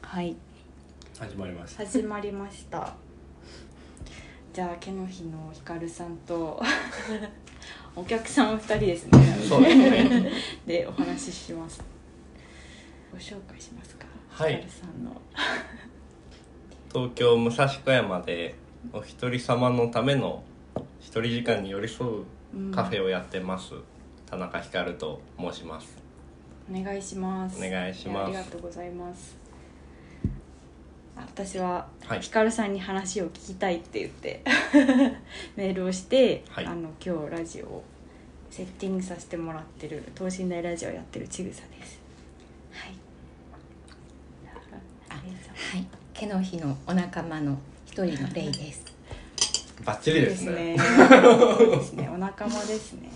はい、 始まりました。 始まりました。じゃあ毛の日のひかるさんとお客さん2人ですね。 そうですね。 でお話しします。ご紹介しますか。 はい。 ひかるさんの東京武蔵小山でお一人様のための一人時間に寄り添うカフェをやってます、田中ひかると申します。 お願いします。 お願いします。 ありがとうございます。私はひはい、 かるさんに話を聞きたいって言ってメールをして、 はい、 今日ラジオをセッティングさせてもらってる等身大ラジオやってるちぐさです。はい。 はい、毛の日のお仲間の一人のレイです。 バッチリですね。 そうですね。お仲間ですね。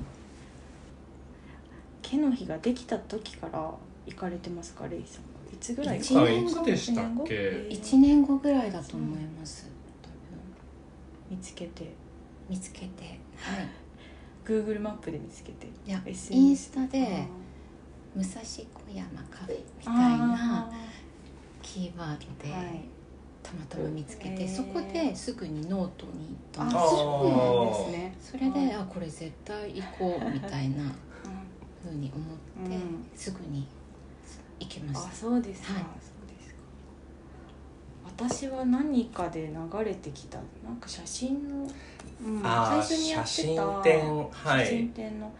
毛の日ができた時から行かれてますか、レイさんは。いつぐらいか。 いつでしたっけ。 1年後ぐらいだと思います。 見つけてはい、 Google マップで見つけて、 いや SNS インスタで武蔵小山カフェみたいなキーワードでたまたま見つけて、そこですぐにノートに行ったんですよ。 そうなんですね。 それでこれ絶対行こうみたいな風に思って、すぐに行きました。 そうですか、はい、そうですか。私は何かで流れてきたなんか写真の、最初にやってた写真展、はい、 写真展の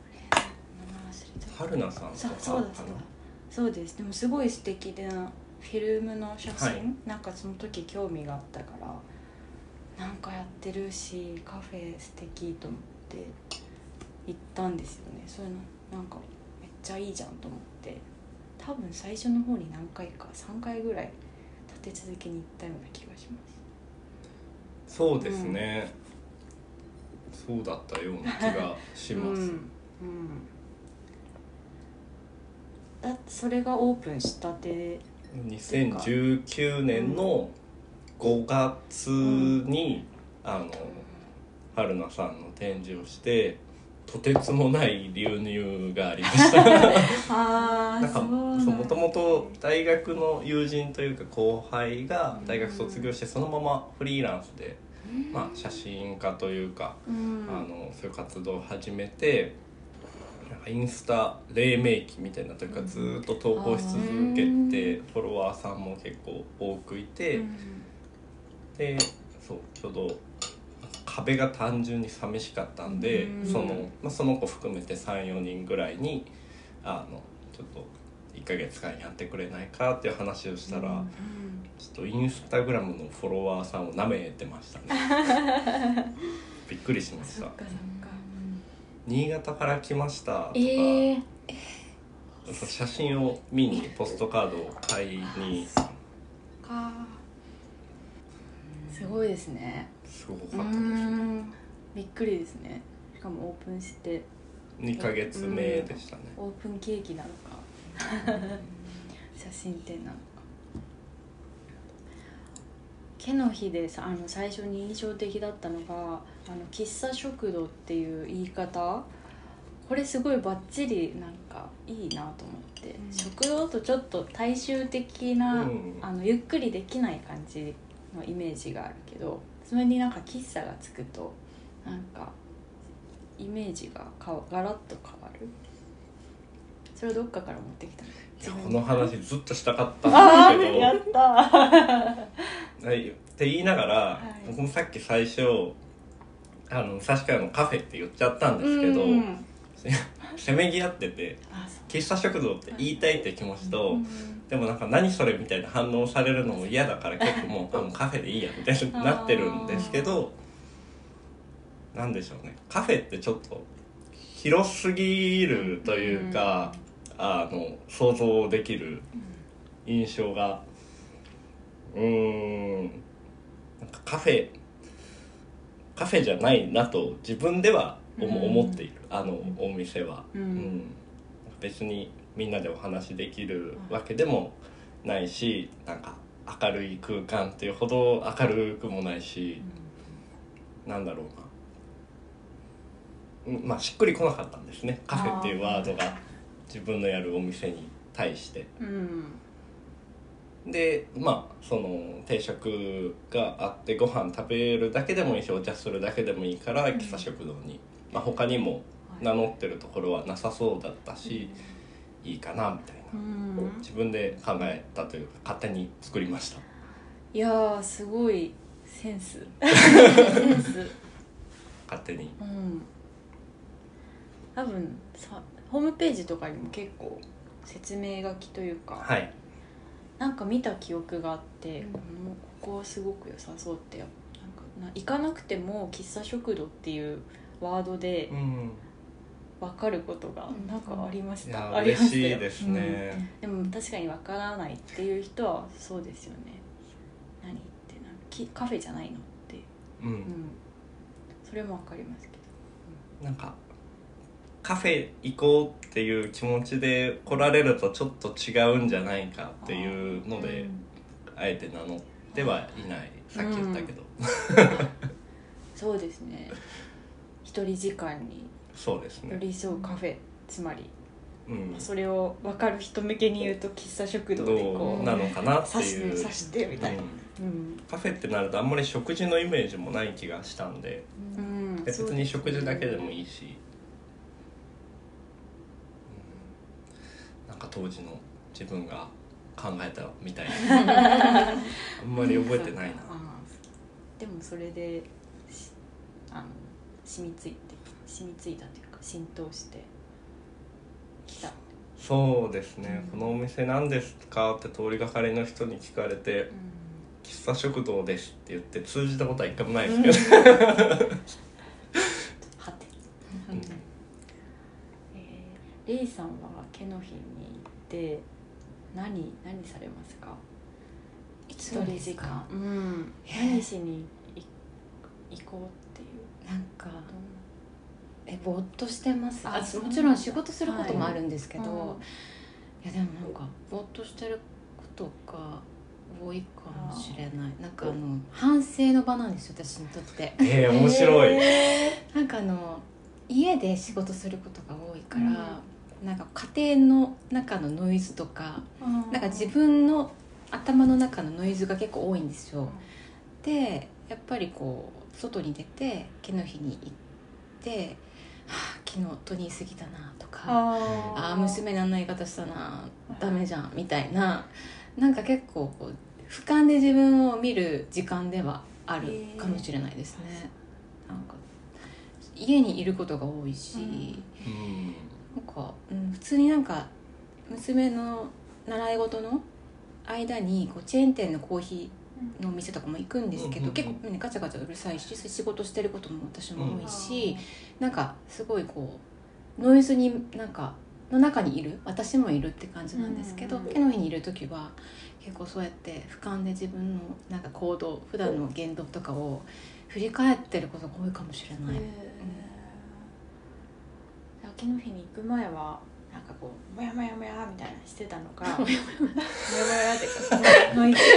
春菜さんとかそうです。でもすごい素敵でなフィルムの写真、はい、なんかその時興味があったからなんかやってるしカフェ素敵と思って行ったんですよね。そういうのなんかめっちゃいいじゃんと思って、多分最初の方に何回か3回ぐらい立て続けに行ったような気がします。 そうですね、そうだったような気がします。 だってそれがオープンしたて 2019年の5月に、春菜さんの展示をしてとてつもない流入がありましたなんかもともと大学の友人というか後輩が大学卒業してそのままフリーランスで、写真家というか、そういう活動を始めて、インスタ黎明期みたいなというかずっと投稿し続けてフォロワーさんも結構多くいて、でそうちょうど壁が単純に寂しかったんで、その子含めて 3,4 人ぐらいにちょっと1ヶ月間やってくれないかっていう話をしたら、ちょっとインスタグラムのフォロワーさんを舐めてましたねびっくりしました。新潟から来ましたとか、写真を見にポストカードを買いに、 すごいですね。 すごかったですね。 びっくりですね。しかもオープンして 2ヶ月目でしたね。 オープンケーキなのか写真展なのか。毛の日で最初に印象的だったのが喫茶食堂っていう言い方、これすごいバッチリなんかいいなと思って、食堂とちょっと大衆的な、ゆっくりできない感じのイメージがあるけど、それになんか喫茶がつくとなんかイメージがガラッと変わる。それをどっかから持ってきたの。 この話ずっとしたかったんですけどやったって言いながら、僕もさっき最初武蔵小山のカフェって言っちゃったんですけど、せめぎ合ってて喫茶食堂って言いたいって気持ちと、でもなんか何それみたいな反応されるのも嫌だから結構もうカフェでいいやみたいになってるんですけど、なんでしょうね、カフェってちょっと広すぎるというか、想像できる印象がなんかカフェじゃないなと自分では思っている、お店は、別にみんなでお話できるわけでもないし、なんか明るい空間っていうほど明るくもないし、なんだろうな、しっくりこなかったんですね、カフェっていうワードが自分のやるお店に対して。 でその定食があってご飯食べるだけでもいいしお茶するだけでもいいから喫茶食堂に、他にも名乗ってるところはなさそうだったし、いいかなみたいな、自分で考えたというか勝手に作りました。 いやーすごいセンスセンス勝手に、 多分さホームページとかにも結構説明書きというか、なんか見た記憶があって、もうここはすごく良さそうってなんか行かなくても喫茶食堂っていうワードで分かることがなんかありました、 いや嬉しいですね、 でも確かに分からないっていう人はそうですよね。何ってカフェじゃないのって、それも分かりますけど、 なんかカフェ行こうっていう気持ちで来られるとちょっと違うんじゃないかっていうので、あえて名乗ってはいない、さっき言ったけど、 そうですね、一人時間にそうですね寄り添うカフェ、つまり、それを分かる人向けに言うと喫茶食堂でこうなのかなっていう刺してみたいな、 カフェってなるとあんまり食事のイメージもない気がしたんで、別に食事だけでもいいし、なんか当時の自分が考えたみたいなあんまり覚えてないな。 でもそれで染みついたというか浸透してきた。 そうですね、このお店何ですかって通りがかりの人に聞かれて、喫茶食堂ですって言って通じたことは一回もないですけど、 はて、レイさんはケノヒに行って何されますか？ 一人時間、 何しに行こうっていう、 なんかぼーっとしてます。もちろん仕事することもあるんですけど、いやでもなんかぼーっとしてることが多いかもしれない。なんか反省の場なんですよ、私にとって。 面白い。 なんか家で仕事することが多いから、なんか家庭の中のノイズとか、なんか自分の頭の中のノイズが結構多いんですよ。でやっぱりこう外に出て毛の日に行って、昨日取り過ぎたなとか、娘にあんな言い方したな、ダメじゃんみたいな、なんか結構こう俯瞰で自分を見る時間ではあるかもしれないですね。なんか家にいることが多いし、なんか、普通になんか娘の習い事の間にこうチェーン店のコーヒーの店とかも行くんですけど、結構、ガチャガチャうるさいし、仕事してることも私も多いし、なんかすごいこうノイズになんかの中にいる私もいるって感じなんですけど、毛の日にいる時は結構そうやって俯瞰で自分のなんか行動、普段の言動とかを振り返ってることが多いかもしれない。 毛の日に行く前はなんかこうモヤモヤモヤみたいなしてたのがモヤモヤってノイズ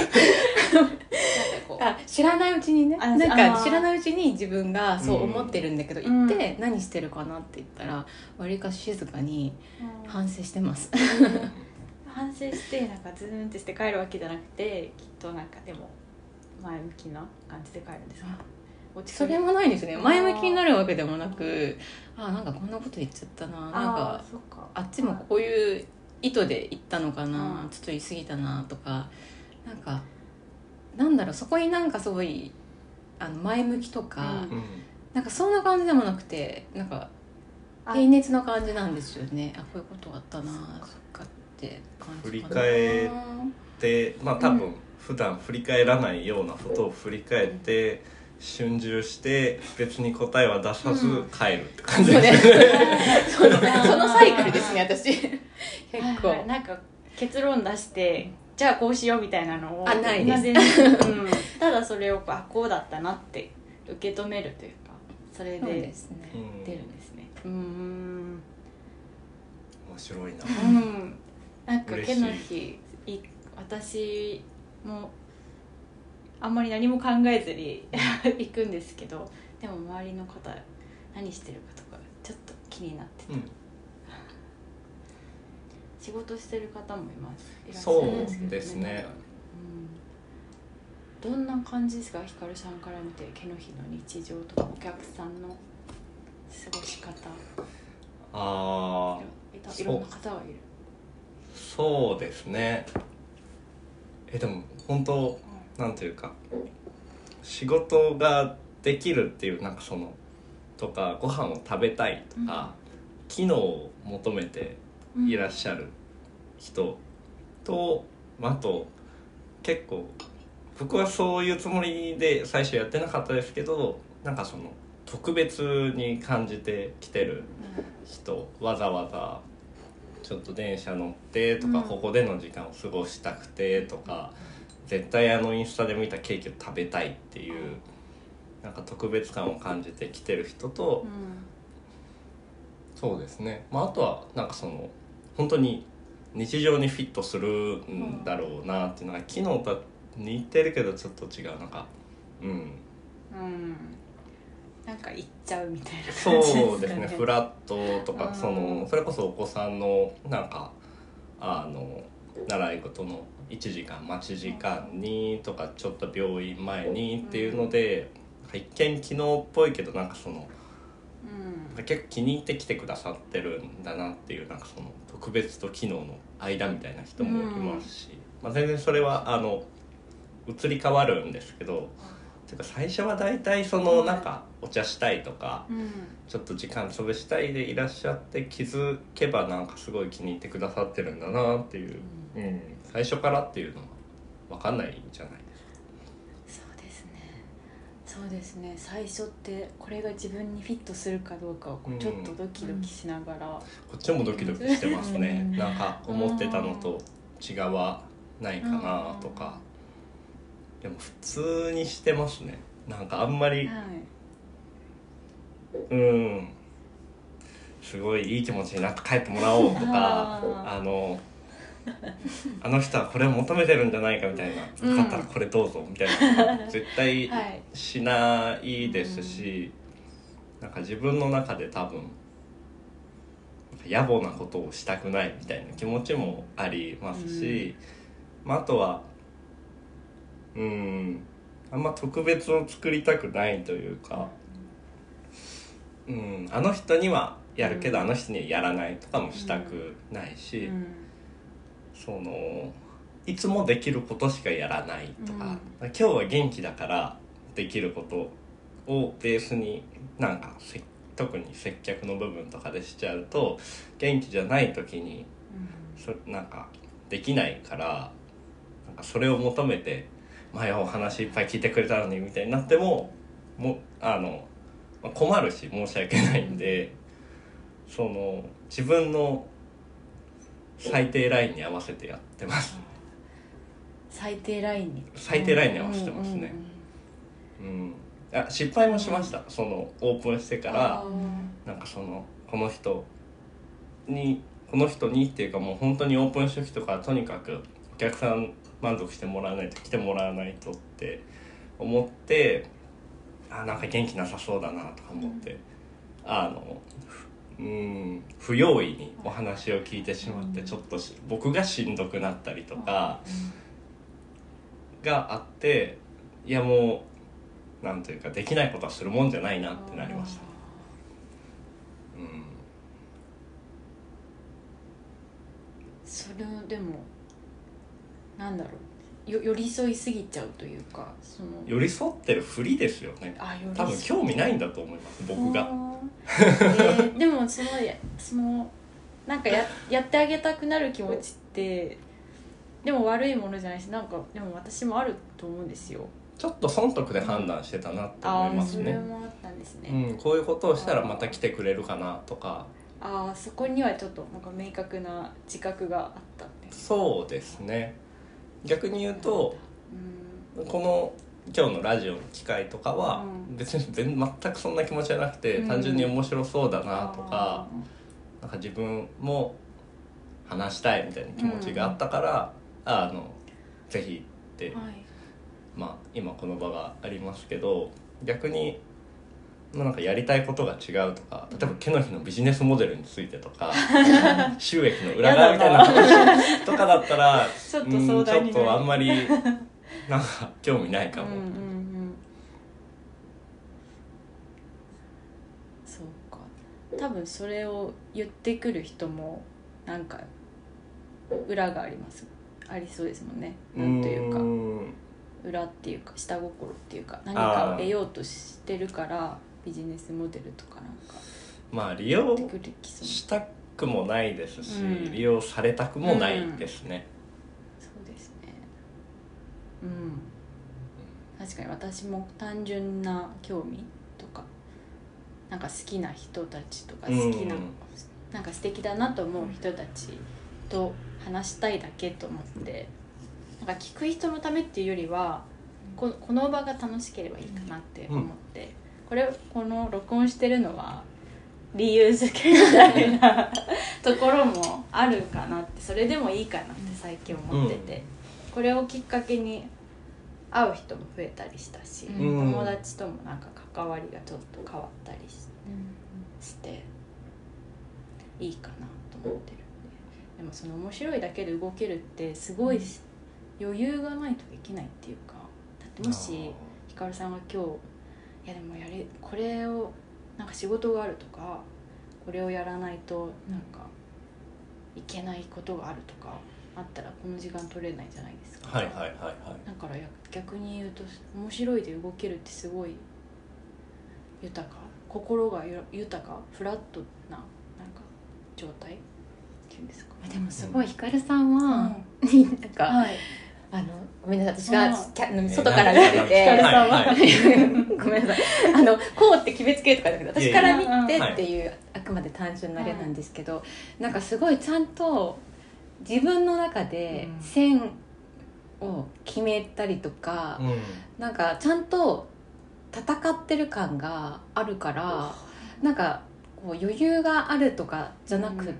知らないうちにね、なんか知らないうちに自分がそう思ってるんだけど、行って何してるかなって言ったらわりかし静かに反省してます。 反省してなんかズーンってして帰るわけじゃなくて、きっとなんかでも前向きな感じで帰るんですか？ それもないですね。前向きになるわけでもなく、なんかこんなこと言っちゃったな、なんかあっちもこういう意図で言ったのかな、ちょっと言い過ぎたなとか、なんかなんだろう、そこになんかすごい前向きとか、なんかそんな感じでもなくて、なんか平熱な感じなんですよね。こういうことあったな、そっかって感じかな。 振り返って多分普段振り返らないようなことを振り返って春秋して別に答えは出さず帰るって感じですね。 そのサイクルですね、私。結構なんか結論出してじゃあこうしようみたいなのをないです。 ただそれをこうだったなって受け止めるというか、それで出るんですね。 面白いな。 なんか毛の日私もあんまり何も考えずに行くんですけど、でも周りの方何してるかとかちょっと気になってた。 仕事してる方もいらっしゃそるんですけどうですね。 どんな感じですか、ひかるさんから見て毛の日の日常とかお客さんの過ごし方。いろんな方がいる。 そうですね。でも本当なんていうか、仕事ができるっていうなんかそのとかご飯を食べたいとか、機能を求めていらっしゃる人と、あと結構僕はそういうつもりで最初やってなかったですけど、なんかその特別に感じてきてる人、わざわざちょっと電車乗ってとか、ここでの時間を過ごしたくてとか、絶対インスタで見たケーキを食べたいっていうなんか特別感を感じてきてる人と、そうですね、あとはなんかその本当に日常にフィットするんだろうなっていうのが、昨日と似てるけどちょっと違う、なんかなんか行っちゃうみたいな感じですかね。 そうですね、フラットとか、それこそお子さんのなんか習い事の1時間待ち時間にとか、ちょっと病院前にっていうので、一見機能っぽいけどなんかその、結構気に入ってきてくださってるんだなっていう、なんかその特別と機能の間みたいな人もいますし、全然それは移り変わるんですけど、てか最初は大体そのなんかお茶したいとか、ちょっと時間潰したいでいらっしゃって、気づけばなんかすごい気に入ってくださってるんだなっていう、最初からっていうのは分かんないんじゃないですか。 そうですね、最初ってこれが自分にフィットするかどうかをちょっとドキドキしながら、 こっちもドキドキしてますね。なんか思ってたのと違わないかなとか、でも普通にしてますね。なんかあんまり、すごいいい気持ちになって帰ってもらおうとか、あの人はこれを求めてるんじゃないかみたいな、よかったらこれどうぞみたいな絶対しないですし、なんか自分の中で多分野暮なことをしたくないみたいな気持ちもありますし、あとはあんま特別を作りたくないというか、あの人にはやるけど、あの人にはやらないとかもしたくないし、そのいつもできることしかやらないとか、今日は元気だからできることをベースになんか特に接客の部分とかでしちゃうと、元気じゃない時になんかできないから、なんかそれを求めて前はお話いっぱい聞いてくれたのにみたいになっても困るし申し訳ないんで、その自分の最低ラインに合わせてやってます。 最低ラインに合わせてますね。失敗もしました。そのオープンしてからなんかそのこの人にっていうか、もう本当にオープン初期とかとにかくお客さん満足してもらわないと、来てもらわないとって思って、なんか元気なさそうだなとか思って、不用意にお話を聞いてしまって、ちょっと僕がしんどくなったりとかがあって、いやもうなんというかできないことはするもんじゃないなってなりました。 それでもなんだろう、寄り添いすぎちゃうというか、その寄り添ってるふりですよね。多分興味ないんだと思います、僕が。 でもそのなんかやってあげたくなる気持ちってでも悪いものじゃないし、なんかでも私もあると思うんですよ。 ちょっと損得で判断してたなって思いますね。 それもあったんですね。 こういうことをしたらまた来てくれるかなとか、 そこにはちょっとなんか明確な自覚があったんです。 そうですね。逆に言うと、この今日のラジオの機会とかは別に全くそんな気持ちじゃなくて、単純に面白そうだなとか、なんか自分も話したいみたいな気持ちがあったから、ぜひって、今この場がありますけど、逆になんかやりたいことが違うとか、例えば毛の日のビジネスモデルについてとか収益の裏側みたいな話とかだったらちょっと相談にちょっとあんまりなんか興味ないかも。 そうか、多分それを言ってくる人もなんか裏がありりそうですもんね。なんというか裏っていうか下心っていうか何かを得ようとしてるからビジネスモデルとかなんかまあ利用したくもないですし、利用されたくもないですね。 そうですね。確かに私も単純な興味とかなんか好きな人たちとか好きな、なんか素敵だなと思う人たちと話したいだけと思って、なんか聞く人のためっていうよりはこの場が楽しければいいかなって思って、この録音してるのは理由付けみたいなところもあるかなって、それでもいいかなって最近思ってて、これをきっかけに会う人も増えたりしたし、友達ともなんか関わりがちょっと変わったりしていいかなと思ってるんで。でもその面白いだけで動けるってすごい余裕がないとできないっていうか、だってもしひかるさんが今日いやでもこれをなんか仕事があるとかこれをやらないとなんかいけないことがあるとかあったらこの時間取れないじゃないですか。 はいはいはいはい。 だから逆に言うと面白いで動けるってすごい豊か、心が豊か、フラットななんか状態っていうんですか。 でもすごいひかるさんは、なんか、ごめんなさい、私が外から見てて、ごめんなさい、こうって決めつけるとかだけど、私から見てっていうあくまで単純なあれなんですけど、なんかすごいちゃんと自分の中で線を決めたりとか、なんかちゃんと戦ってる感があるから、なんかこう余裕があるとかじゃなくって、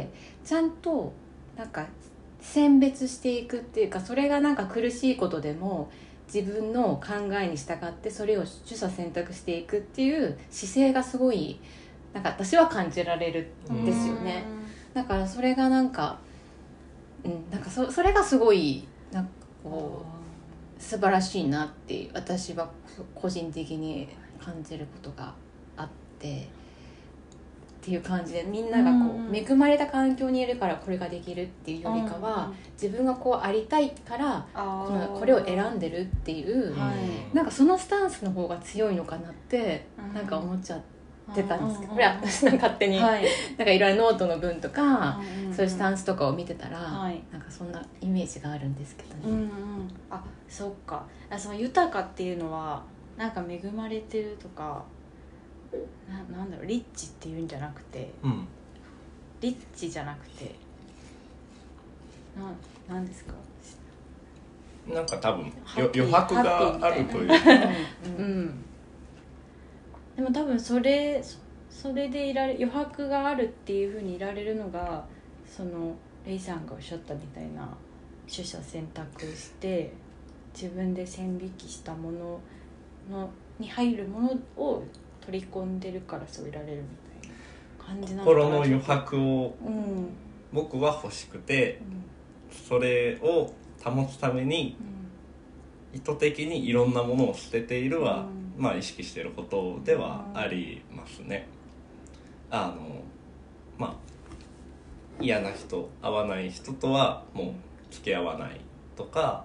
ちゃんとなんか選別していくっていうか、それがなんか苦しいことでも自分の考えに従ってそれを取捨選択していくっていう姿勢がすごいなんか私は感じられるんですよね。だからそれがなんか、なんかそれがすごいなんかこう素晴らしいなって私は個人的に感じることがあってっていう感じで、みんながこう恵まれた環境にいるからこれができるっていうよりかは、自分がこうありたいからこれを選んでるっていう、なんかそのスタンスの方が強いのかなってなんか思っちゃってたんですけど、これは私の勝手になんかいろいろノートの文とかそういうスタンスとかを見てたら、なんかそんなイメージがあるんですけどね。 あ、そっか。その豊かっていうのはなんか恵まれてるとかなんだろう、リッチっていうんじゃなくて、リッチじゃなくてなんですか。 なんか多分余白があるというでも多分それで余白があるっていう風にいられるのが、そのレイさんがおっしゃったみたいな取捨選択して自分で線引きしたものに入るものを取り込んでるからそういられるみたいな感じなのかな。 心の余白を僕は欲しくて、それを保つために意図的にいろんなものを捨てているは、まあ意識していることではありますね。まあ嫌な人、合わない人とはもう付き合わないとか、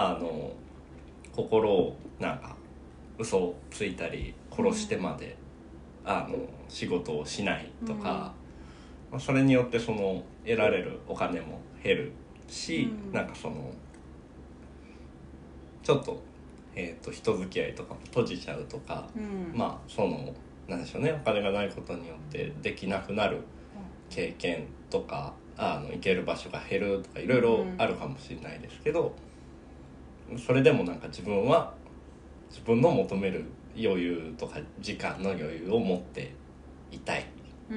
心をなんか嘘をついたり殺してまで、仕事をしないとか、それによってその得られるお金も減るし、なんかそのちょっと、人付き合いとかも閉じちゃうとか、まあそのなんでしょうね、お金がないことによってできなくなる経験とか、行ける場所が減るとかいろいろあるかもしれないですけど、それでもなんか自分は自分の求める余裕とか時間の余裕を持っていたい。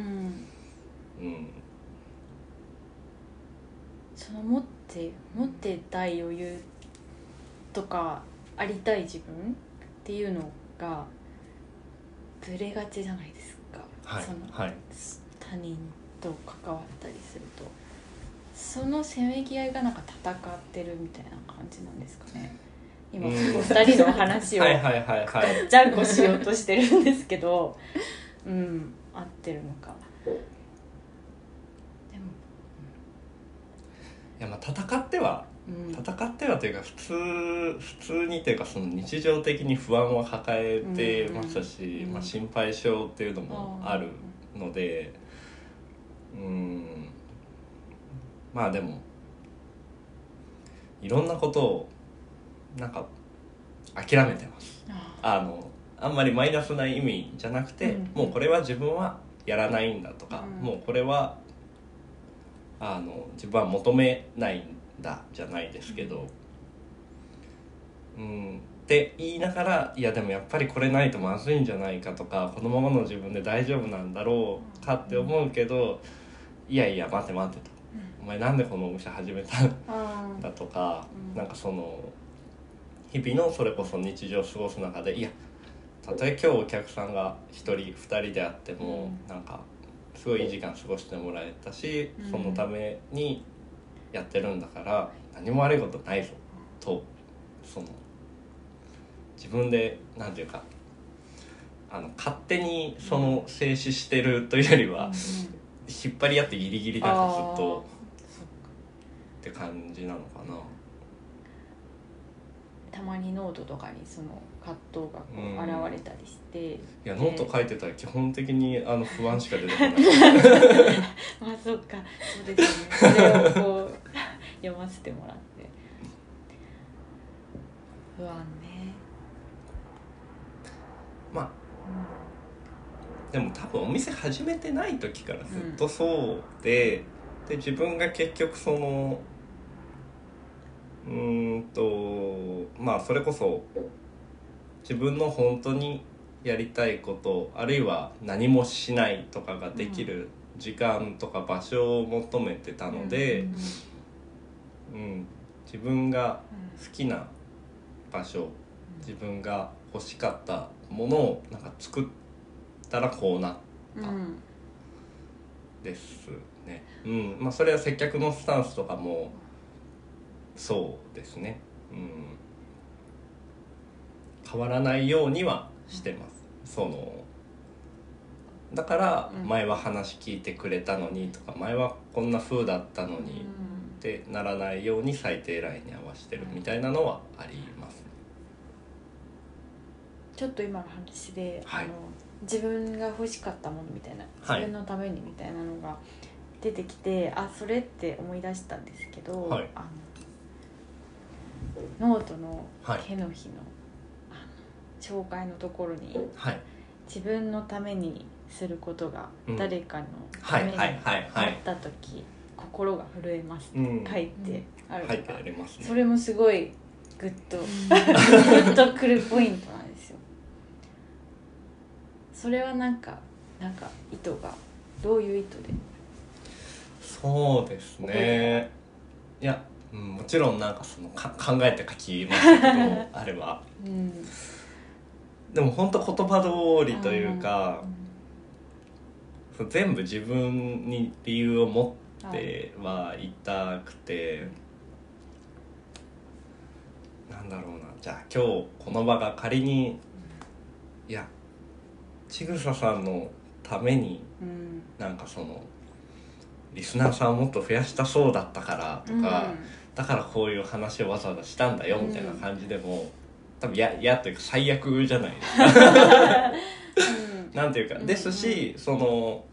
その持ってたい余裕とかありたい自分っていうのがブレがちじゃないですか、 はいそのはい他人と関わったりすると、そのせめぎ合いがなんか戦ってるみたいな感じなんですかね。今お二人の話をはいはいはいはいジャンコしようとしてるんですけど合ってるのか。でもいやまあ戦ってはというか普通にというかその日常的に不安を抱えてましたし、まあ、心配性っていうのもあるのでまあでもいろんなことをなんか諦めてます。あんまりマイナスな意味じゃなくて、もうこれは自分はやらないんだとか、もうこれは自分は求めないんだじゃないですけど、って言いながら、いやでもやっぱりこれないとまずいんじゃないかとか、このままの自分で大丈夫なんだろうかって思うけど、いやいや待て待てと、お前なんでこのお店始めたんだとか、なんかその日々のそれこそ日常を過ごす中で、いやたとえ今日お客さんが1人2人であっても、なんかすごいいい時間過ごしてもらえたし、そのためにやってるんだから何も悪いことないぞと、その自分でなんていうか勝手にその静止してるというよりは、引っ張り合ってギリギリなんかずっとって感じなのかな。 たまにノートとかにその葛藤がこう現れたりして、 いやノート書いてたら基本的に不安しか出てこないまあそっか、そうですね、それをこう読ませてもらって不安ね。 まあ、でも多分お店始めてない時からずっとそうで、で自分が結局そのまあそれこそ自分の本当にやりたいこと、あるいは何もしないとかができる時間とか場所を求めてたので、自分が好きな場所、自分が欲しかったものをなんか作ったらこうなったですね。まあそれは接客のスタンスとかもそうですね、変わらないようにはしてます。そのだから前は話聞いてくれたのにとか、前はこんな風だったのにってならないように最低ラインに合わせてるみたいなのはありますね。 ちょっと今の話で、 はい、 自分が欲しかったものみたいな、自分のためにみたいなのが出てきて、それって思い出したんですけど、ノートの手のひの、紹介のところに、自分のためにすることが誰かのためになった時、心が震えますって書いてあるとか、それもすごいグッとくるポイントなんですよ。それはなんか意図がどういう意図で？ そうですね、いや、もちろんなんかその考えて書きましたけどあれば、でも本当言葉通りというか、全部自分に理由を持ってはいたくて、なんだろうな、じゃあ今日この場が仮に、いやちぐささんのために、なんかそのリスナーさんをもっと増やしたそうだったからとか、だからこういう話をわざわざしたんだよみたいな感じでも、多分嫌というか最悪じゃないですかなんていうか、ですし、その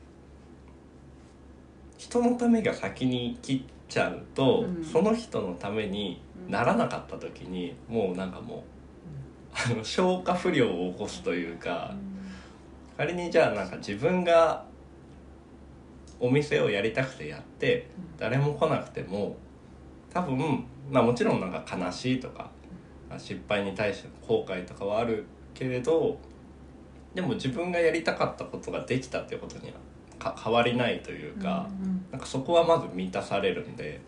人のためが先に切っちゃうと、その人のためにならなかった時にもうなんかもう消化不良を起こすというか、仮にじゃあなんか自分がお店をやりたくてやって誰も来なくても、多分まあもちろんなんか悲しいとか失敗に対しての後悔とかはあるけれど、でも自分がやりたかったことができたっていうことには変わりないというか、なんかそこはまず満たされるんで、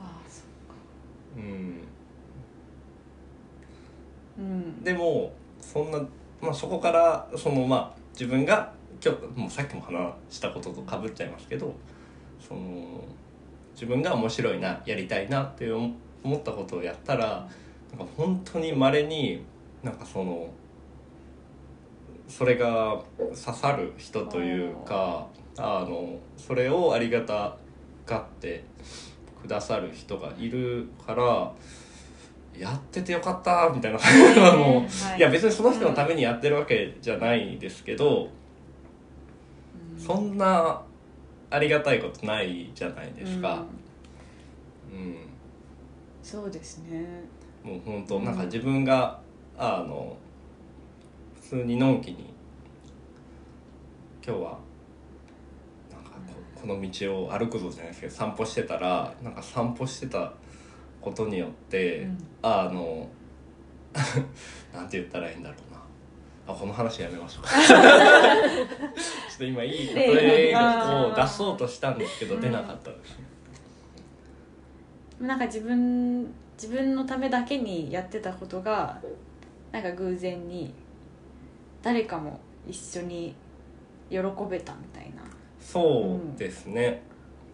でもそんな、そこからその自分が今日もうさっきも話したこととかぶっちゃいますけど、その自分が面白いなやりたいなって思ったことをやったら、なんか本当に稀になんかそれが刺さる人というか、それをありがたがってくださる人がいるから、やっててよかったみたいなもう、いや別にその人のためにやってるわけじゃないですけど、そんなありがたいことないじゃないですか。 そうですね。 もう本当なんか自分が普通にのんきに今日はなんかこの道を歩くぞじゃないですけど散歩してたら、なんか散歩してたことによって、なんて言ったらいいんだろうな、この話やめましょうかちょっと今いい例えを出そうとしたんですけど出なかったですね。 なんか自分のためだけにやってたことがなんか偶然に誰かも一緒に喜べたみたいな。 そうですね、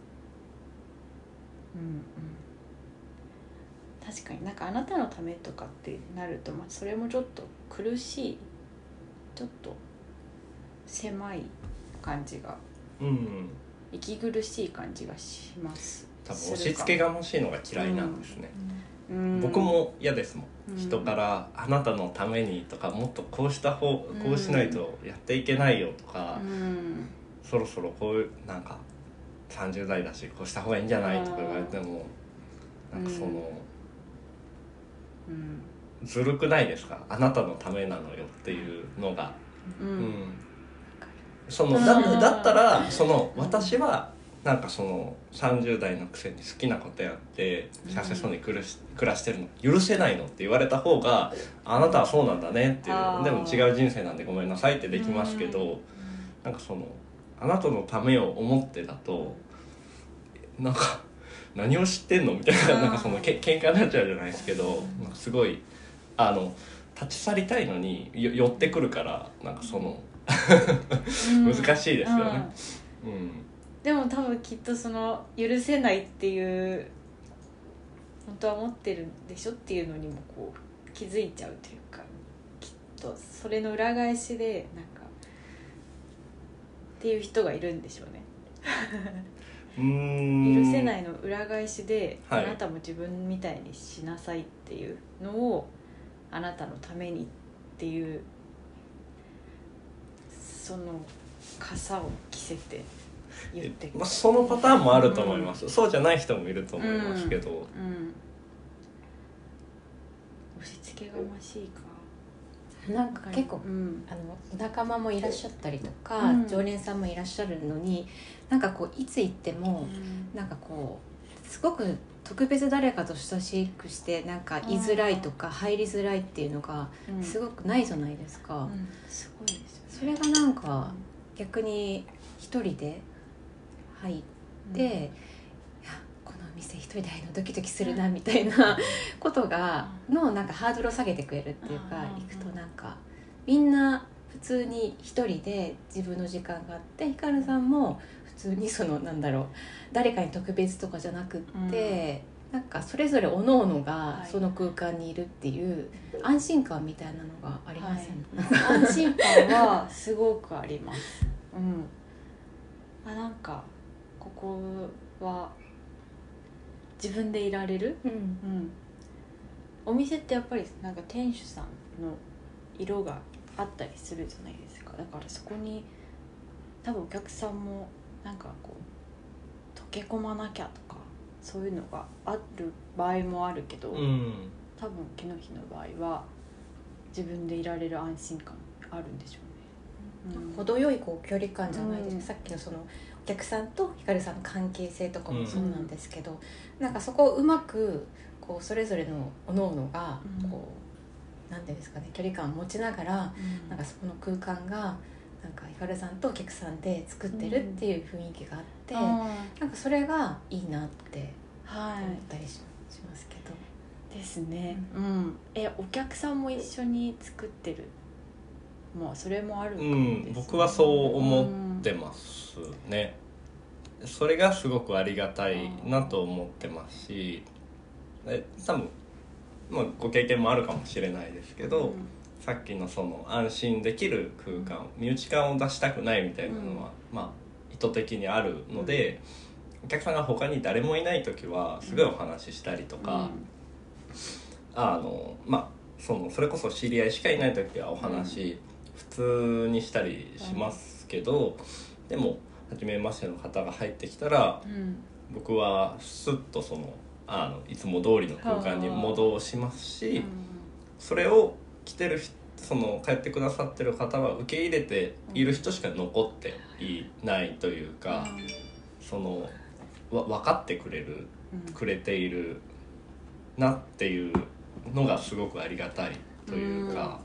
確かになんかあなたのためとかってなると、それもちょっと苦しい、ちょっと狭い感じが、息苦しい感じがします。 多分押し付けがましいのが嫌いなんですね、僕も嫌ですもん、人からあなたのためにとか、もっとこうしないとやっていけないよとか、そろそろこういうなんか30代だしこうした方がいいんじゃないとか言われても、なんかずるくないですか、あなたのためなのよっていうのが、だったら私はなんか30代のくせに好きなことやって幸せそうに暮らしてるの許せないのって言われた方が、あなたはそうなんだねっていう、でも違う人生なんでごめんなさいってできますけど、なんかあなたのためを思ってだとなんか何を知ってんのみたいな、なんか喧嘩になっちゃうじゃないですけど、なんかすごい立ち去りたいのに寄ってくるから、なんか難しいですよね。 でも多分きっと許せないっていう本当は思ってるんでしょっていうのにもこう気づいちゃうというか、きっとそれの裏返しでなんかっていう人がいるんでしょうね許せないの裏返しで、あなたも自分みたいにしなさいっていうのをあなたのためにっていう傘を着せて言ってくる、 そのパターンもあると思います、そうじゃない人もいると思いますけど、 押し付けがましいか、 なんか結構、お仲間もいらっしゃったりとか、常連さんもいらっしゃるのに、なんかこういつ行っても、なんかこうすごく特別誰かと親しくしてなんか居づらいとか入りづらいっていうのがすごくないじゃないですか、 すごいですよね。 それがなんか逆に一人で入って、いやこの店一人で入るのドキドキするなみたいなことがなんかハードルを下げてくれるっていうか、行くとなんかみんな普通に一人で自分の時間があって、ひかるさんも普通になんだろう、誰かに特別とかじゃなくって、なんかそれぞれ各々がその空間にいるっていう安心感みたいなのがありません？ 安心感はすごくあります。なんかここは自分でいられる、お店ってやっぱりなんか店主さんの色があったりするじゃないですか。だからそこに多分お客さんもなんかこう溶け込まなきゃとかそういうのがある場合もあるけど、多分毛の日の場合は自分でいられる安心感あるんでしょうね。 程よいこう距離感じゃないですか、さっきのお客さんとひかるさんの関係性とかもそうなんですけど、なんかそこをうまくこうそれぞれの各々がこう、なんていうんですかね、距離感を持ちながら、なんかそこの空間がなんかひかるさんとお客さんで作ってるっていう雰囲気があって、なんかそれがいいなって思ったりしますけど。 ですね。お客さんも一緒に作ってるまあそれもあるかうもですね、 僕はそう思ってますね。それがすごくありがたいなと思ってますし、多分、まあ、ご経験もあるかもしれないですけど、さっきのその安心できる空間、身内感を出したくないみたいなのは、まあ意図的にあるので、お客さんが他に誰もいない時はすごいお話ししたりとか、まあそれこそ知り合いしかいない時はお話普通にしたりしますけど、でも初めましての方が入ってきたら、僕はスッといつも通りの空間に戻しますし、それを来てる帰ってくださってる方は受け入れている人しか残っていないというか、分かってくれているなっていうのがすごくありがたいというか、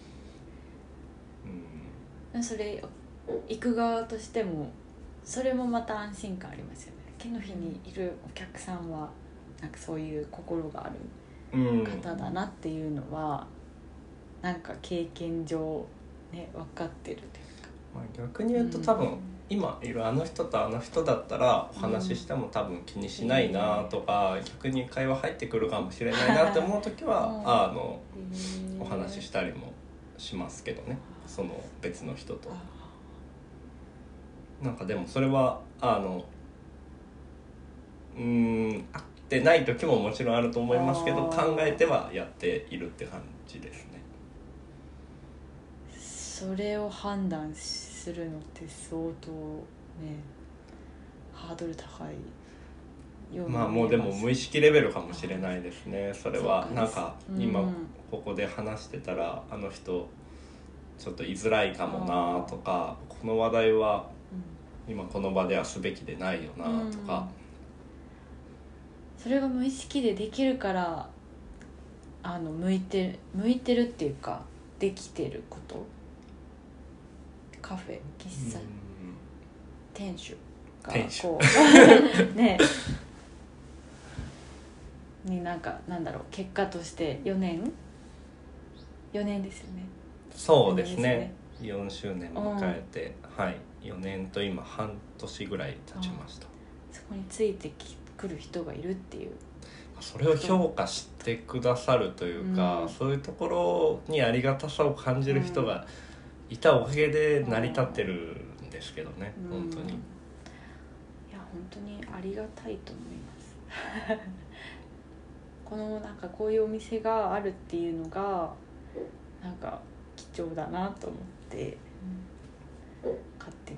それ行く側としてもそれもまた安心感ありますよね。毛の日にいるお客さんはなんかそういう心がある方だなっていうのは、なんか経験上ね分かってるというか、 まあ、逆に言うと多分、今いるあの人とあの人だったらお話ししても多分気にしないなとか、逆に会話入ってくるかもしれないなって思う時はお話ししたりもしますけどね、その別の人と。なんかでもそれは合ってない時ももちろんあると思いますけど、考えてはやっているって感じですね。 それを判断するのって相当ねハードル高いように見えます。 まあもうでも無意識レベルかもしれないですね。それはなんか今ここで話してたら、あの人ちょっと居づらいかもなとか、この話題は今この場ではすべきでないよなとか、 それが無意識でできるから向いてるっていうかできてること、カフェ喫茶店主がこうねになんだろう、結果として4年ですよね。 そうですね、4周年迎えて、はい、4年と今半年ぐらい経ちました。 そこについてくる人がいるっていう、 それを評価してくださるというか、そういうところにありがたさを感じる人がいたおかげで成り立ってるんですけどね、本当に。いや本当にありがたいと思いますこのなんかこういうお店があるっていうのがなんか貴重だなと思って、勝手に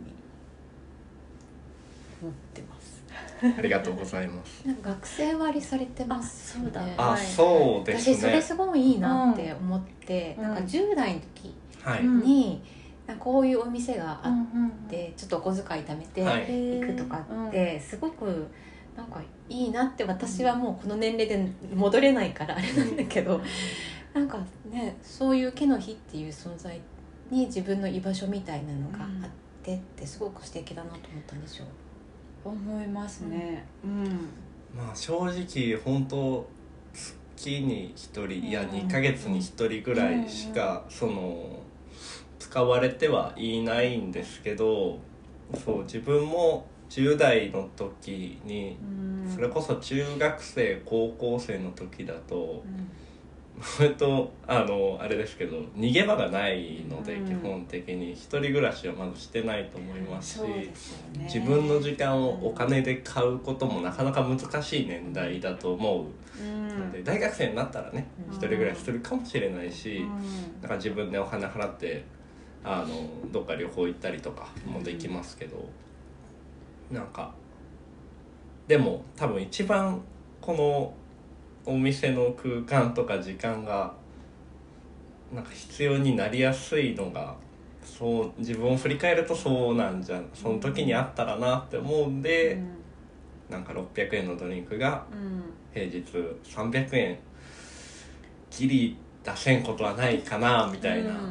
思ってますありがとうございますなんか学生割されてますよね。 そうだ、 あ、そうですね。 私それすごいいいなって思って、なんか10代の時に、なんかこういうお店があって、ちょっとお小遣い貯めて行くとかってすごくなんかいいなって、私はもうこの年齢で戻れないからあれなんだけど、なんかね、そういう毛の日っていう存在に自分の居場所みたいなのがあってってすごく素敵だなと思ったんですよ。 思いますね。 まあ正直本当月に1人いや2ヶ月に1人ぐらいしか使われてはいないんですけど、そう自分も10代の時に、それこそ中学生高校生の時だと、それとあれですけど逃げ場がないので、基本的に一人暮らしはまずしてないと思いますし、自分の時間をお金で買うこともなかなか難しい年代だと思うので、大学生になったらね一人暮らしするかもしれないし、なんか自分でお金払ってどっか旅行行ったりとかもできますけど、なんかでも多分一番このお店の空間とか時間がなんか必要になりやすいのが、そう自分を振り返るとそうなんじゃ、その時にあったらなって思うんで、なんか600円のドリンクが平日300円ギリ出せんことはないかなみたいな、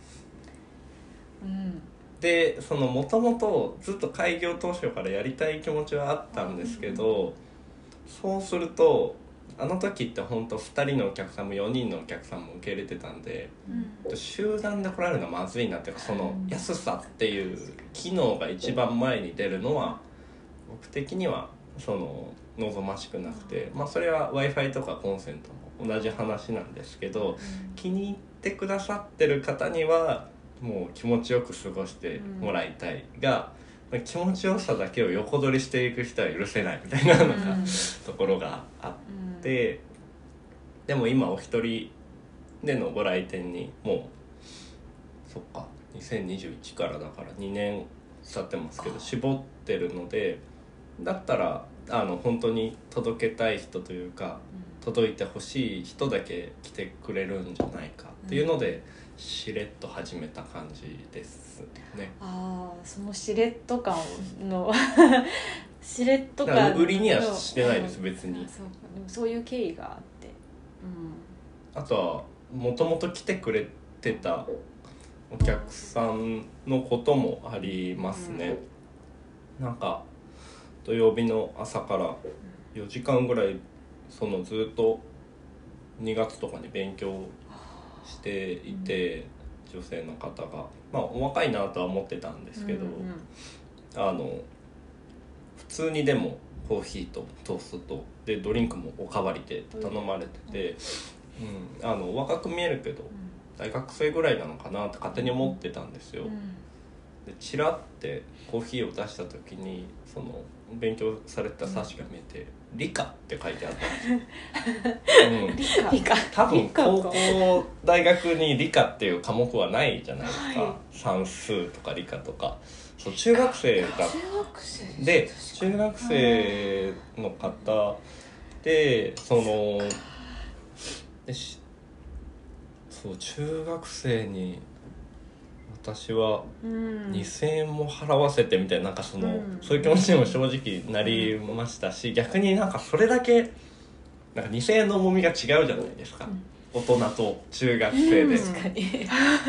でもともとずっと開業当初からやりたい気持ちはあったんですけど、そうするとあの時って本当2人のお客さんも4人のお客さんも受け入れてたんで、集団で来られるのはまずいなっていうか、その安さっていう機能が一番前に出るのは僕的にはその望ましくなくて、まあそれは Wi-Fi とかコンセントも同じ話なんですけど、気に入ってくださってる方にはもう気持ちよく過ごしてもらいたいが、気持ちよさだけを横取りしていく人は許せないみたいなのが、ところがあって、でも今お一人でのご来店にもうそっか2021からだから2年経ってますけど絞ってるので、だったら本当に届けたい人というか、届いてほしい人だけ来てくれるんじゃないかっていうので、しれっと始めた感じですね。 ああ、そのしれっと感のしれっと感の売りにはしてないです、別に。 そうか、でもそういう経緯があって、 あとはもともと来てくれてたお客さんのこともありますね。なんか土曜日の朝から4時間ぐらいそのずっと2月とかに勉強していて、女性の方がまあお若いなとは思ってたんですけど、普通にでもコーヒーとトーストでドリンクもおかわりで頼まれてて、若く見えるけど大学生ぐらいなのかなって勝手に思ってたんですよ。でチラってコーヒーを出した時にその勉強された冊子が見えて「理科」って書いてあったんですよ。 理科多分高校大学に理科っていう科目はないじゃないですか、算数とか理科とか。そう中学生だで中学生の方でそう中学生に私は2000円も払わせてみたいな、なんかそういう気持ちにも正直なりましたし、逆になんかそれだけなんか2000円の重みが違うじゃないですか、大人と中学生で、 確かに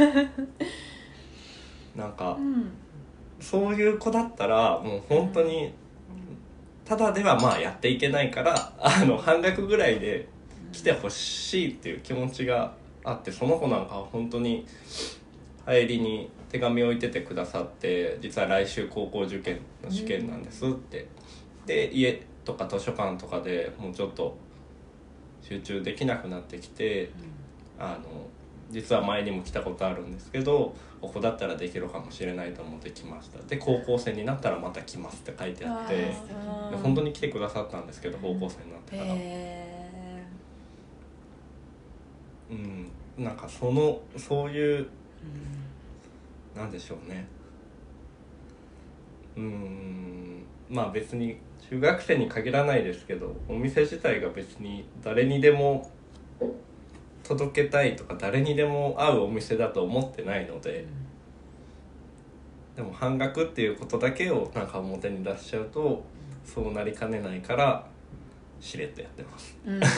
なんか、そういう子だったらもう本当にただではまあやっていけないから半額ぐらいで来てほしいっていう気持ちがあって、その子なんかは本当に帰りに手紙を置いててくださって、実は来週高校受験の試験なんですって、で家とか図書館とかでもうちょっと集中できなくなってきて、実は前にも来たことあるんですけどここだったらできるかもしれないと思って来ました。で高校生になったらまた来ますって書いてあって、で本当に来てくださったんですけど高校生になってから、なんかそういう、なんでしょうね、まあ別に中学生に限らないですけど、お店自体が別に誰にでも届けたいとか誰にでも合うお店だと思ってないので、でも半額っていうことだけをなんか表に出しちゃうとそうなりかねないからしれっとやってます。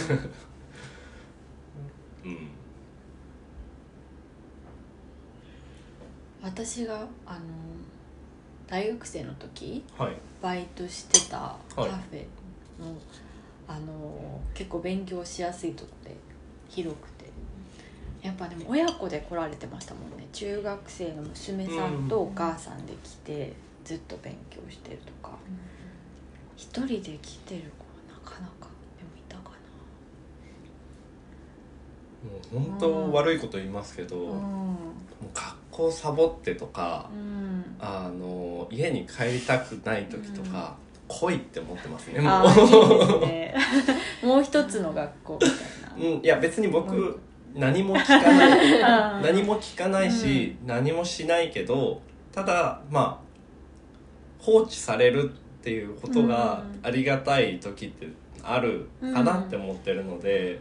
私が大学生の時、バイトしてたカフェの、結構勉強しやすいとこで広くて、やっぱでも親子で来られてましたもんね。中学生の娘さんとお母さんで来てずっと勉強してるとか、一人で来てる子はなかなかでもいたかな。もう本当悪いこと言いますけど、もう学校サボってとか、家に帰りたくない時とか、来いって思ってますね。もういいですねもう一つの学校みたいな。 いや別に僕、何も聞かない何も聞かないし、何もしないけど、ただまあ放置されるっていうことがありがたい時ってあるかなって思ってるので、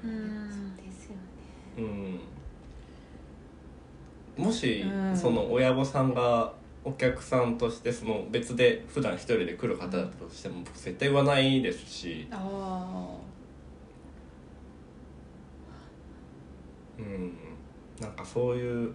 もしその親御さんがお客さんとしてその別で普段一人で来る方だとしても僕絶対言わないですし、なんかそういう、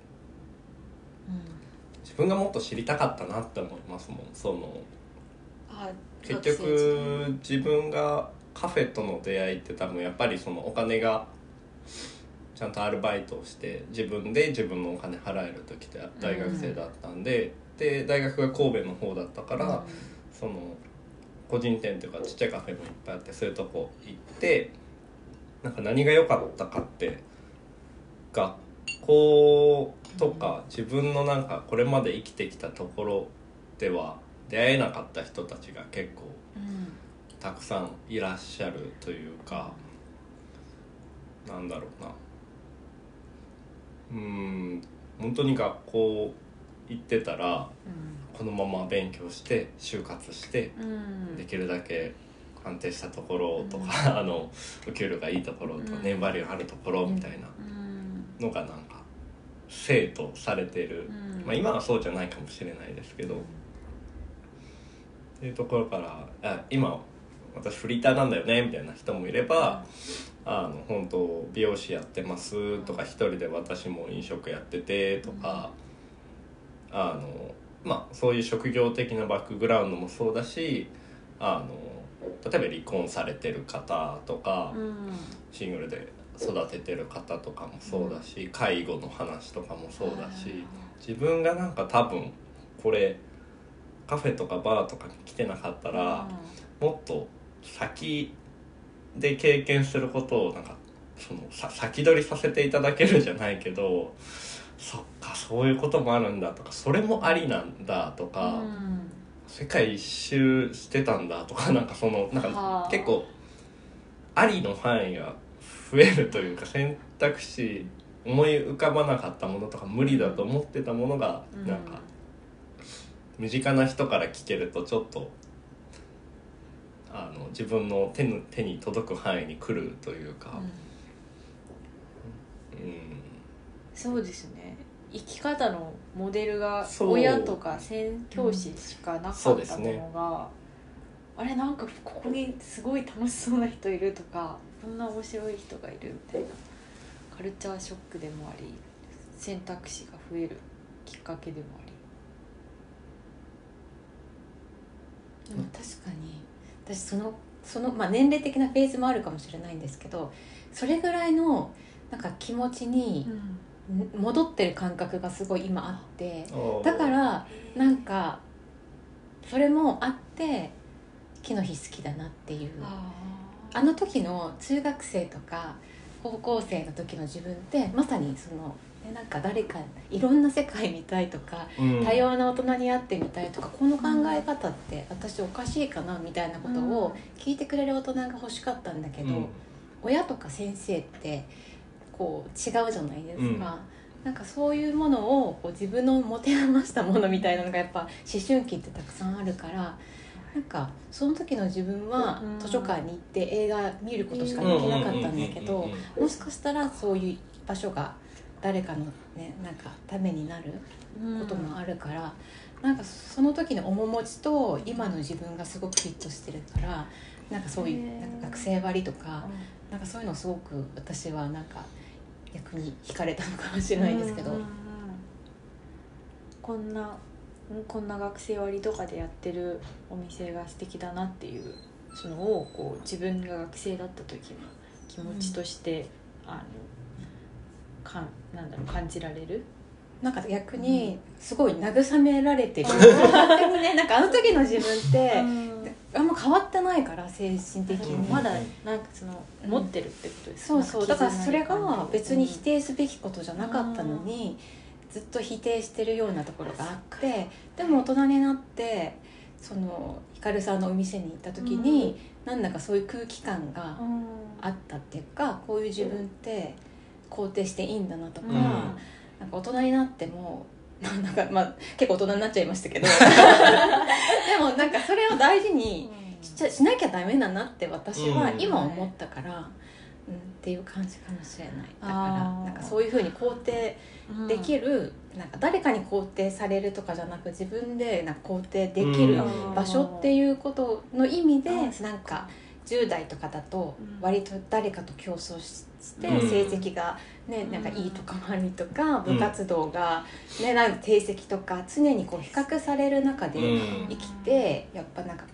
自分がもっと知りたかったなって思いますもん。結局自分がカフェとの出会いって多分やっぱりそのお金がちゃんとアルバイトをして自分で自分のお金払える時って大学生だったんで、で大学が神戸の方だったから、その個人店というかちっちゃいカフェもいっぱいあって、そういうとこ行ってなんか何が良かったかって、学校とか自分のなんかこれまで生きてきたところでは出会えなかった人たちが結構たくさんいらっしゃるというか、なんだろうな、本当に学校行ってたら、このまま勉強して就活して、できるだけ安定したところとか、お給料がいいところとか、ネームバリューあるところみたいなのがなんか生徒されてる、今はそうじゃないかもしれないですけど、っていうところから今私フリーターなんだよねみたいな人もいれば、本当美容師やってますとか、一人で私も飲食やっててとか、そういう職業的なバックグラウンドもそうだし、例えば離婚されてる方とか、シングルで育ててる方とかもそうだし、介護の話とかもそうだし、自分がなんか多分これカフェとかバーとかに来てなかったら、もっと先で経験することをなんかその先取りさせていただけるじゃないけど、そっかそういうこともあるんだとか、それもありなんだとか、世界一周してたんだとか、なんかそのなんか結構ありの範囲が増えるというか、選択肢思い浮かばなかったものとか無理だと思ってたものがなんか身近な人から聞けるとちょっと自分の手に届く範囲に来るというか、 そうですね。生き方のモデルが親とか宣教師しかなかったものが、あれなんかここにすごい楽しそうな人いるとか、こんな面白い人がいるみたいなカルチャーショックでもあり、選択肢が増えるきっかけでもあり。 でも確かに私その年齢的なフェーズもあるかもしれないんですけど、それぐらいのなんか気持ちに戻ってる感覚がすごい今あって、だからなんかそれもあって木の日好きだなっていう、あの時の中学生とか高校生の時の自分ってまさにそのなんか誰かいろんな世界見たいとか、多様な大人に会ってみたいとか、この考え方って私おかしいかなみたいなことを聞いてくれる大人が欲しかったんだけど、親とか先生ってこう違うじゃないですか、なんかそういうものをこう自分の持て余したものみたいなのがやっぱ思春期ってたくさんあるから、なんかその時の自分は図書館に行って映画見ることしかできなかったんだけど、もしかしたらそういう場所が誰かのねなんかためになることもあるから、なんかその時の面持ちと今の自分がすごくフィットしてるから、なんかそういうなんか学生割とか、なんかそういうのすごく私はなんか逆に惹かれたのかもしれないですけど、 こんな学生割とかでやってるお店が素敵だなっていうそのをこう自分が学生だった時の気持ちとして、なんだろう、感じられる。 なんか逆にすごい慰められてる、勝手にね、なんかあの時の自分ってあんま変わってないから精神的に、 まだなんかその持ってるってことですか。 そうだからそれが別に否定すべきことじゃなかったのに、ずっと否定してるようなところがあって、でも大人になってそのひかるさんのお店に行った時に、なんだかそういう空気感があったっていうか、こういう自分って肯定していいんだなとか、なんか大人になってもなんか、結構大人になっちゃいましたけどでもなんかそれを大事にしなきゃダメだなって私は今思ったから、っていう感じかもしれない。だからなんかそういう風に肯定できる、なんか誰かに肯定されるとかじゃなく、自分でなんか肯定できる場所っていうことの意味で、なんか10代とかだと割と誰かと競争して成績が、なんかいいとか悪いとか、部活動が、なんか成績とか常にこう比較される中で生きて、やっぱなんかこう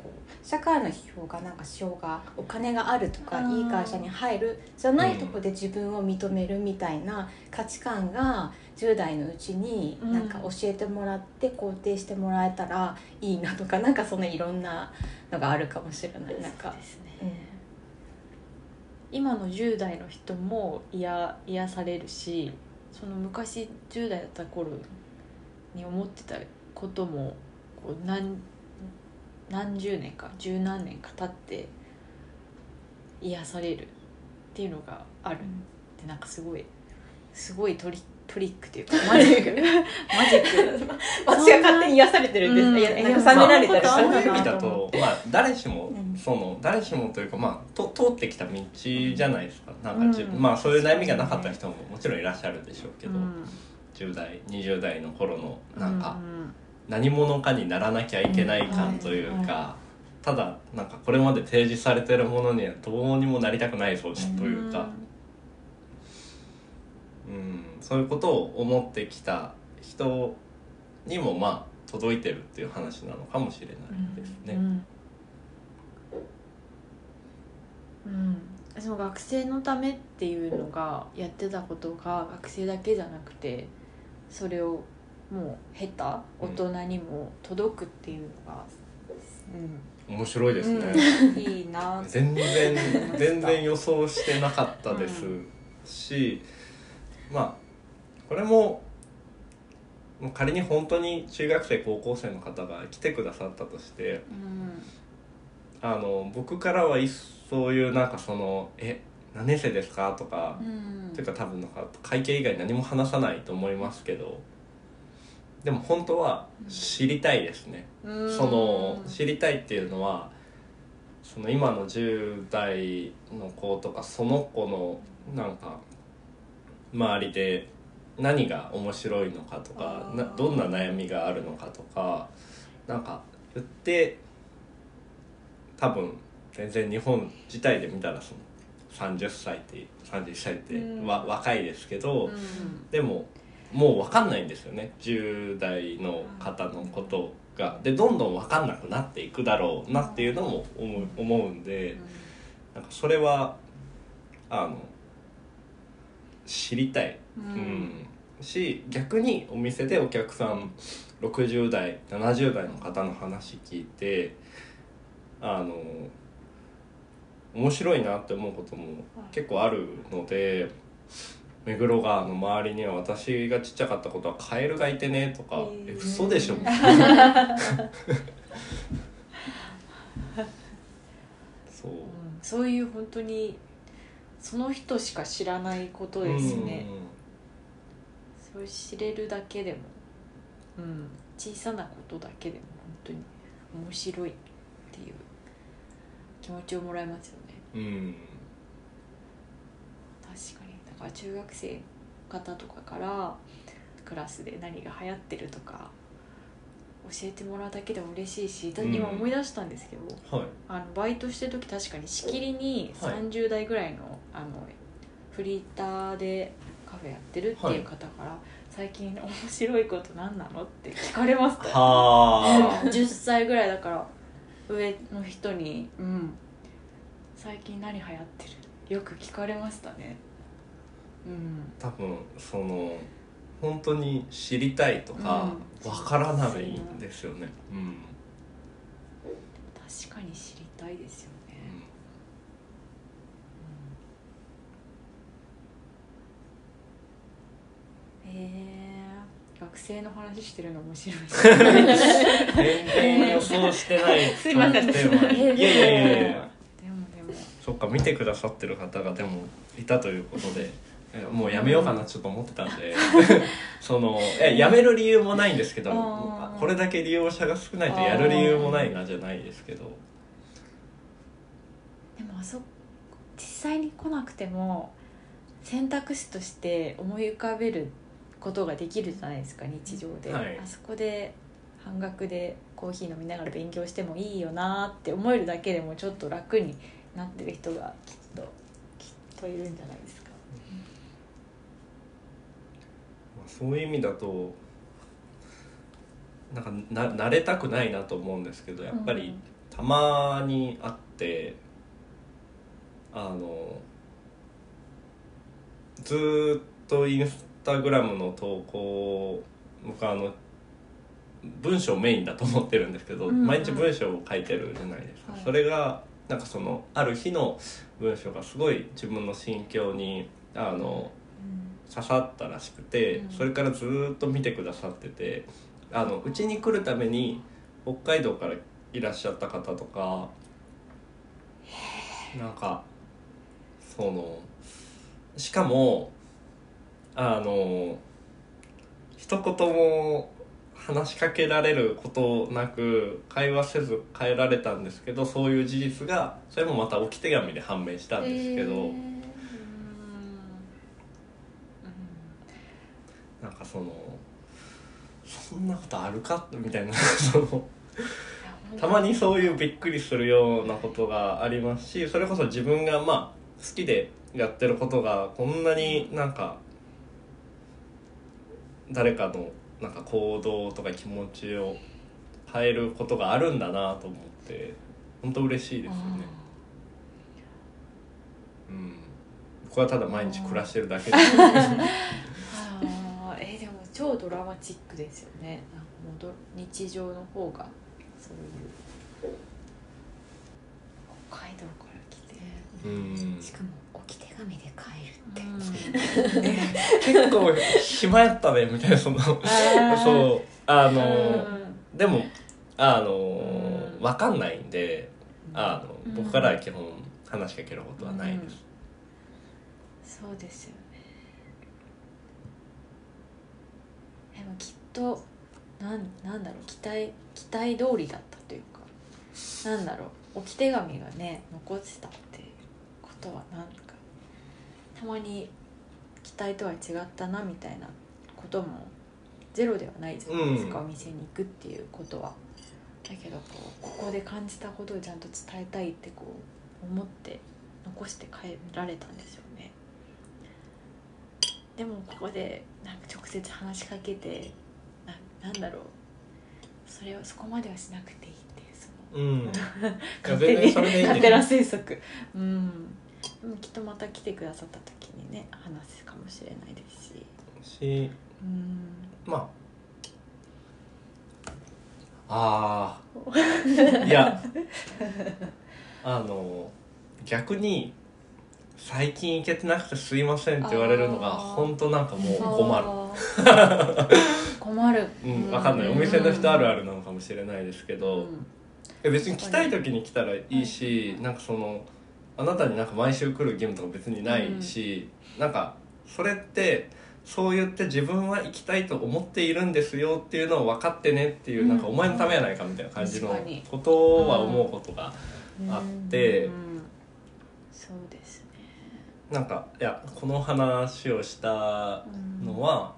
社会の批評がなんかお金があるとかうんいい会社に入るじゃないとこで自分を認めるみたいな価値観が10代のうちになんか教えてもらって肯定してもらえたらいいなとか、なんかそのいろんなのがあるかもしれない。なんかそうですね、今の10代の人も癒されるし、その昔10代だった頃に思ってたこともこう何十年か十何年か経って癒されるっていうのがあるってなんかすごいトリックというかマジック私が勝手に癒されてるんです、 うんいやなんか冷められたりそういう意した味だと、まあ、誰しも、 うん誰しもというか、まあ、通ってきた道じゃないですか。なんかうんまあ、そういう悩みがなかった人ももちろんいらっしゃるでしょうけど、 うん 10代20代の頃のなんか、 うん何者かにならなきゃいけない感というか、ただなんかこれまで提示されてるものにはどうにもなりたくないぞというか、そういうことを思ってきた人にもまあ届いてるっていう話なのかもしれないですね。 私も学生のためっていうのがやってたことが学生だけじゃなくて、それをもう経た大人にも届くっていうのが、 面白いですね、 いいな全然予想してなかったですし、まあこれも仮に本当に中学生高校生の方が来てくださったとして、僕からはそういうなんかその何年生ですかとか、というか多分なんか会計以外何も話さないと思いますけど、でも本当は知りたいですね。その知りたいっていうのは、その今の10代の子とかその子のなんか周りで何が面白いのかとか、どんな悩みがあるのかとか、なんか言って多分全然日本自体で見たらその30歳って31歳って若いですけど、でももう分かんないんですよね、10代の方のことが。でどんどん分かんなくなっていくだろうなっていうのも思うんで、なんかそれは知りたい、し、逆にお店でお客さん60代70代の方の話聞いて面白いなって思うことも結構あるので、目黒川の周りには私がちっちゃかったことはカエルがいてねとか、嘘でしょそういう本当にその人しか知らないことですね。それ知れるだけでも、小さなことだけでも本当に面白いっていう気持ちをもらえますよね。確かに。だから中学生の方とかからクラスで何が流行ってるとか教えてもらうだけでも嬉しいし、今思い出したんですけど、バイトしてる時確かにしきりに30代ぐらいの、フリーターでカフェやってるっていう方から、最近面白いこと何なのって聞かれました。10歳ぐらいだから上の人に、最近何流行ってるよく聞かれましたね。 多分その本当に知りたいとかわからないんですよね。 確かに知りたいですよね。学生の話してるの面白い全然予想してないすいません。 いやでもそっか、見てくださってる方がでもいたということで、もうやめようかなちょっと思ってたんでそのやめる理由もないんですけど、これだけ利用者が少ないとやる理由もないなじゃないですけど、 でも実際に来なくても選択肢として思い浮かべることができるじゃないですか、日常で。あそこで半額でコーヒー飲みながら勉強してもいいよなって思えるだけでもちょっと楽になってる人がきっといるんじゃないですか。 そういう意味だとなんか慣れたくないなと思うんですけど、やっぱりたまにあって、ずーっとインスタグラムの投稿、僕文章メインだと思ってるんですけど、毎日文章を書いてるじゃないですか、それがなんかそのある日の文章がすごい自分の心境に刺さったらしくて、それからずーっと見てくださってて、うちに来るために北海道からいらっしゃった方とか、なんかしかも一言も話しかけられることなく会話せず帰られたんですけど、そういう事実がそれもまた置き手紙で判明したんですけど、なんかそんなことあるかみたいなたまにそういうびっくりするようなことがありますし、それこそ自分が好きでやってることがこんなになんか誰かのなんか行動とか気持ちを変えることがあるんだなと思って本当嬉しいですよね。僕はただ毎日暮らしてるだけですでも超ドラマチックですよね。なんかもう日常の方がそういう北海道から来て、 しかも置き手紙で帰るって、 結構暇やったねみたいなそうでも分かんないんで僕からは基本話しかけることはないです、 そうですよね。でもきっとなんだろう、期待通りだったというか、なんだろう、置き手紙がね残ってたっていうことはなんかたまに期待とは違ったなみたいなこともゼロではないじゃないですか、お店に行くっていうことは。だけどここで感じたことをちゃんと伝えたいって思って残して帰られたんですよね。でもここでなんか直接話しかけてなんだろう、そこまではしなくていいっていう勝手な推測。でもきっとまた来てくださった時にね話すかもしれないですし、 いや逆に最近行けてなくてすいませんって言われるのが本当なんかもう困る分かんない、お店の人あるあるなのかもしれないですけど、別に来たい時に来たらいいし、なんかあなたになんか毎週来る義務とか別にないし、なんかそれってそう言って自分は行きたいと思っているんですよっていうのを分かってねっていう、なんかお前のためやないかみたいな感じのことは思うことがあって、 そうですね。 なんかいやこの話をしたのは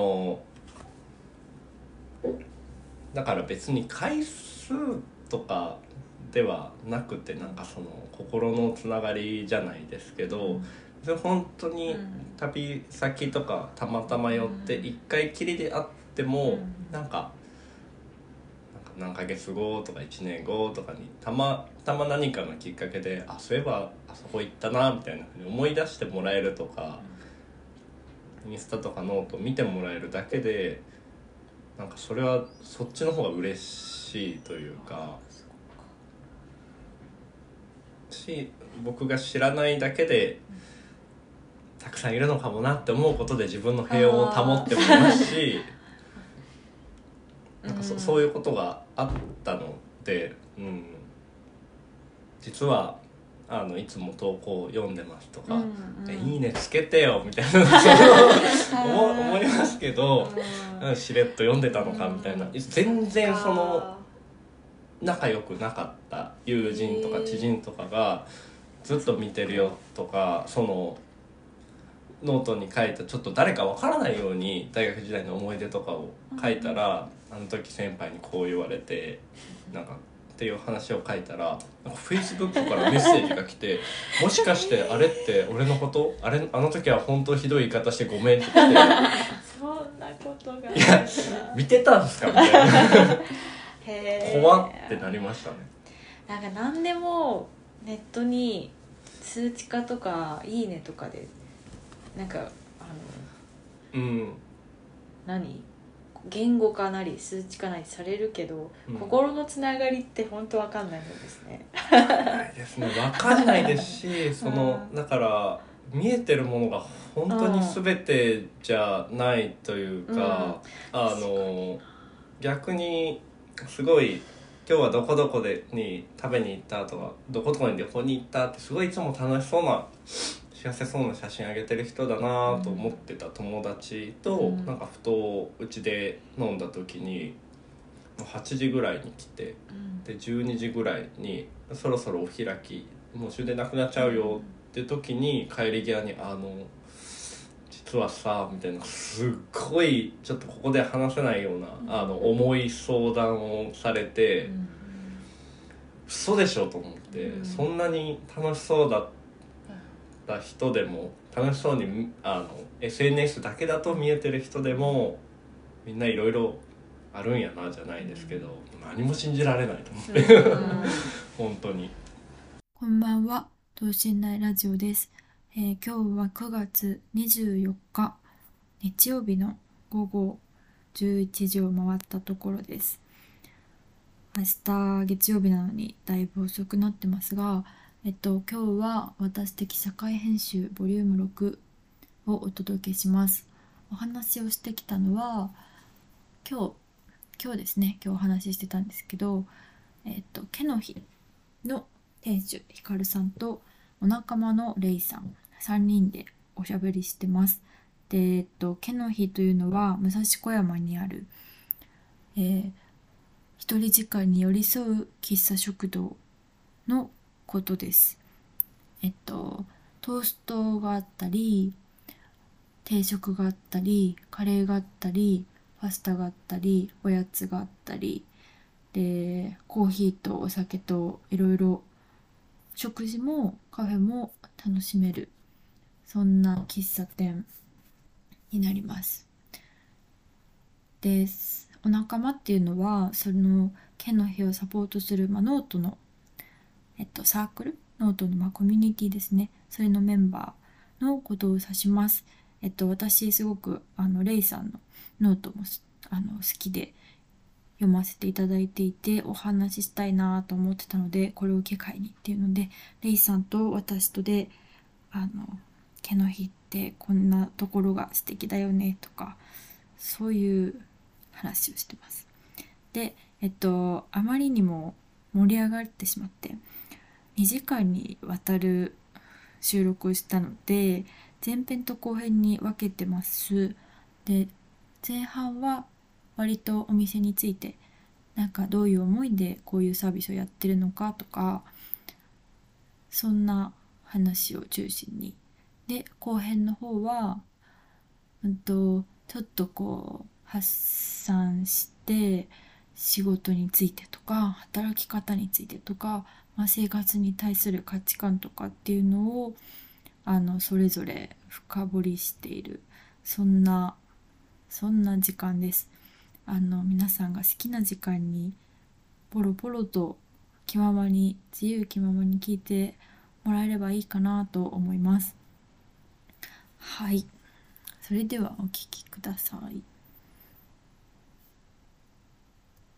だから別に回数とかではなくて、なんか心のつながりじゃないですけど、本当に旅先とかたまたま寄って一回きりで会っても、なんか何ヶ月後とか1年後とかにたま何かのきっかけでそういえばあそこ行ったなみたいなふうに思い出してもらえるとか、インスタとかノート見てもらえるだけで、なんかそれはそっちの方が嬉しいというか、僕が知らないだけでたくさんいるのかもなって思うことで自分の平穏を保ってもいますしなんかそういうことがあったので、実はいつも投稿読んでますとか、いいねつけてよみたいな思いますけど、しれっと読んでたのかみたいな、全然仲良くなかった友人とか知人とかがずっと見てるよとか、ノートに書いたちょっと誰かわからないように大学時代の思い出とかを書いたら、あの時先輩にこう言われてなんかっていう話を書いたら、なんか Facebook からメッセージが来てもしかしてあれって俺のこと、あの時は本当ひどい言い方してごめんって来てそんなことがいや見てたんすかみたいな怖ってなりましたね。 なんか何でもネットに通知化とかいいねとかでなんか何言語化なり数値化なりされるけど、心のつながりって本当わかんないもんですね。 ないですね、わかんないですしだから見えてるものが本当に全てじゃないというか、逆にすごい今日はどこどこに食べに行ったとかどこどこに旅行に行ったってすごいいつも楽しそうな幸せそうな写真あげてる人だなと思ってた友達と、なんかふとうちで飲んだ時に8時ぐらいに来て、で12時ぐらいにそろそろお開きもう終電なくなっちゃうよって時に帰り際に実はさみたいなすっごいちょっとここで話せないような重い相談をされて、嘘でしょと思って、そんなに楽しそうだった人でも楽しそうにSNS だけだと見えてる人でもみんないろいろあるんやなじゃないですけど、何も信じられないと思って本当に。 こんばんは、等身大ラジオです。今日は9月24日日曜日の午後11時を回ったところです。明日月曜日なのにだいぶ遅くなってますが、今日は私的社会編集ボリューム6をお届けします。お話をしてきたのは今日ですね。今日お話ししてたんですけど、ケの日の店主ヒカルさんとお仲間のレイさん3人でおしゃべりしてます。で、ケの日というのは武蔵小山にある、一人時間に寄り添う喫茶食堂のことです。トーストがあったり定食があったりカレーがあったりパスタがあったりおやつがあったりでコーヒーとお酒といろいろ食事もカフェも楽しめる、そんな喫茶店になります。でお仲間っていうのはそのケの日をサポートする、ノートの、サークルノートの、コミュニティですね。それのメンバーのことを指します。私すごくレイさんのノートも好きで読ませていただいていてお話ししたいなと思ってたので、これを機会にっていうのでレイさんと私とでケの日ってこんなところが素敵だよねとかそういう話をしてます。であまりにも盛り上がってしまって2時間にわたる収録をしたので前編と後編に分けてます。で前半は割とお店についてなんかどういう思いでこういうサービスをやってるのかとかそんな話を中心に、で後編の方はちょっとこう発散して仕事についてとか働き方についてとか、生活に対する価値観とかっていうのをそれぞれ深掘りしている、そんな時間です。皆さんが好きな時間にポロポロと気ままに自由気ままに聞いてもらえればいいかなと思います。はい、それではお聞きください。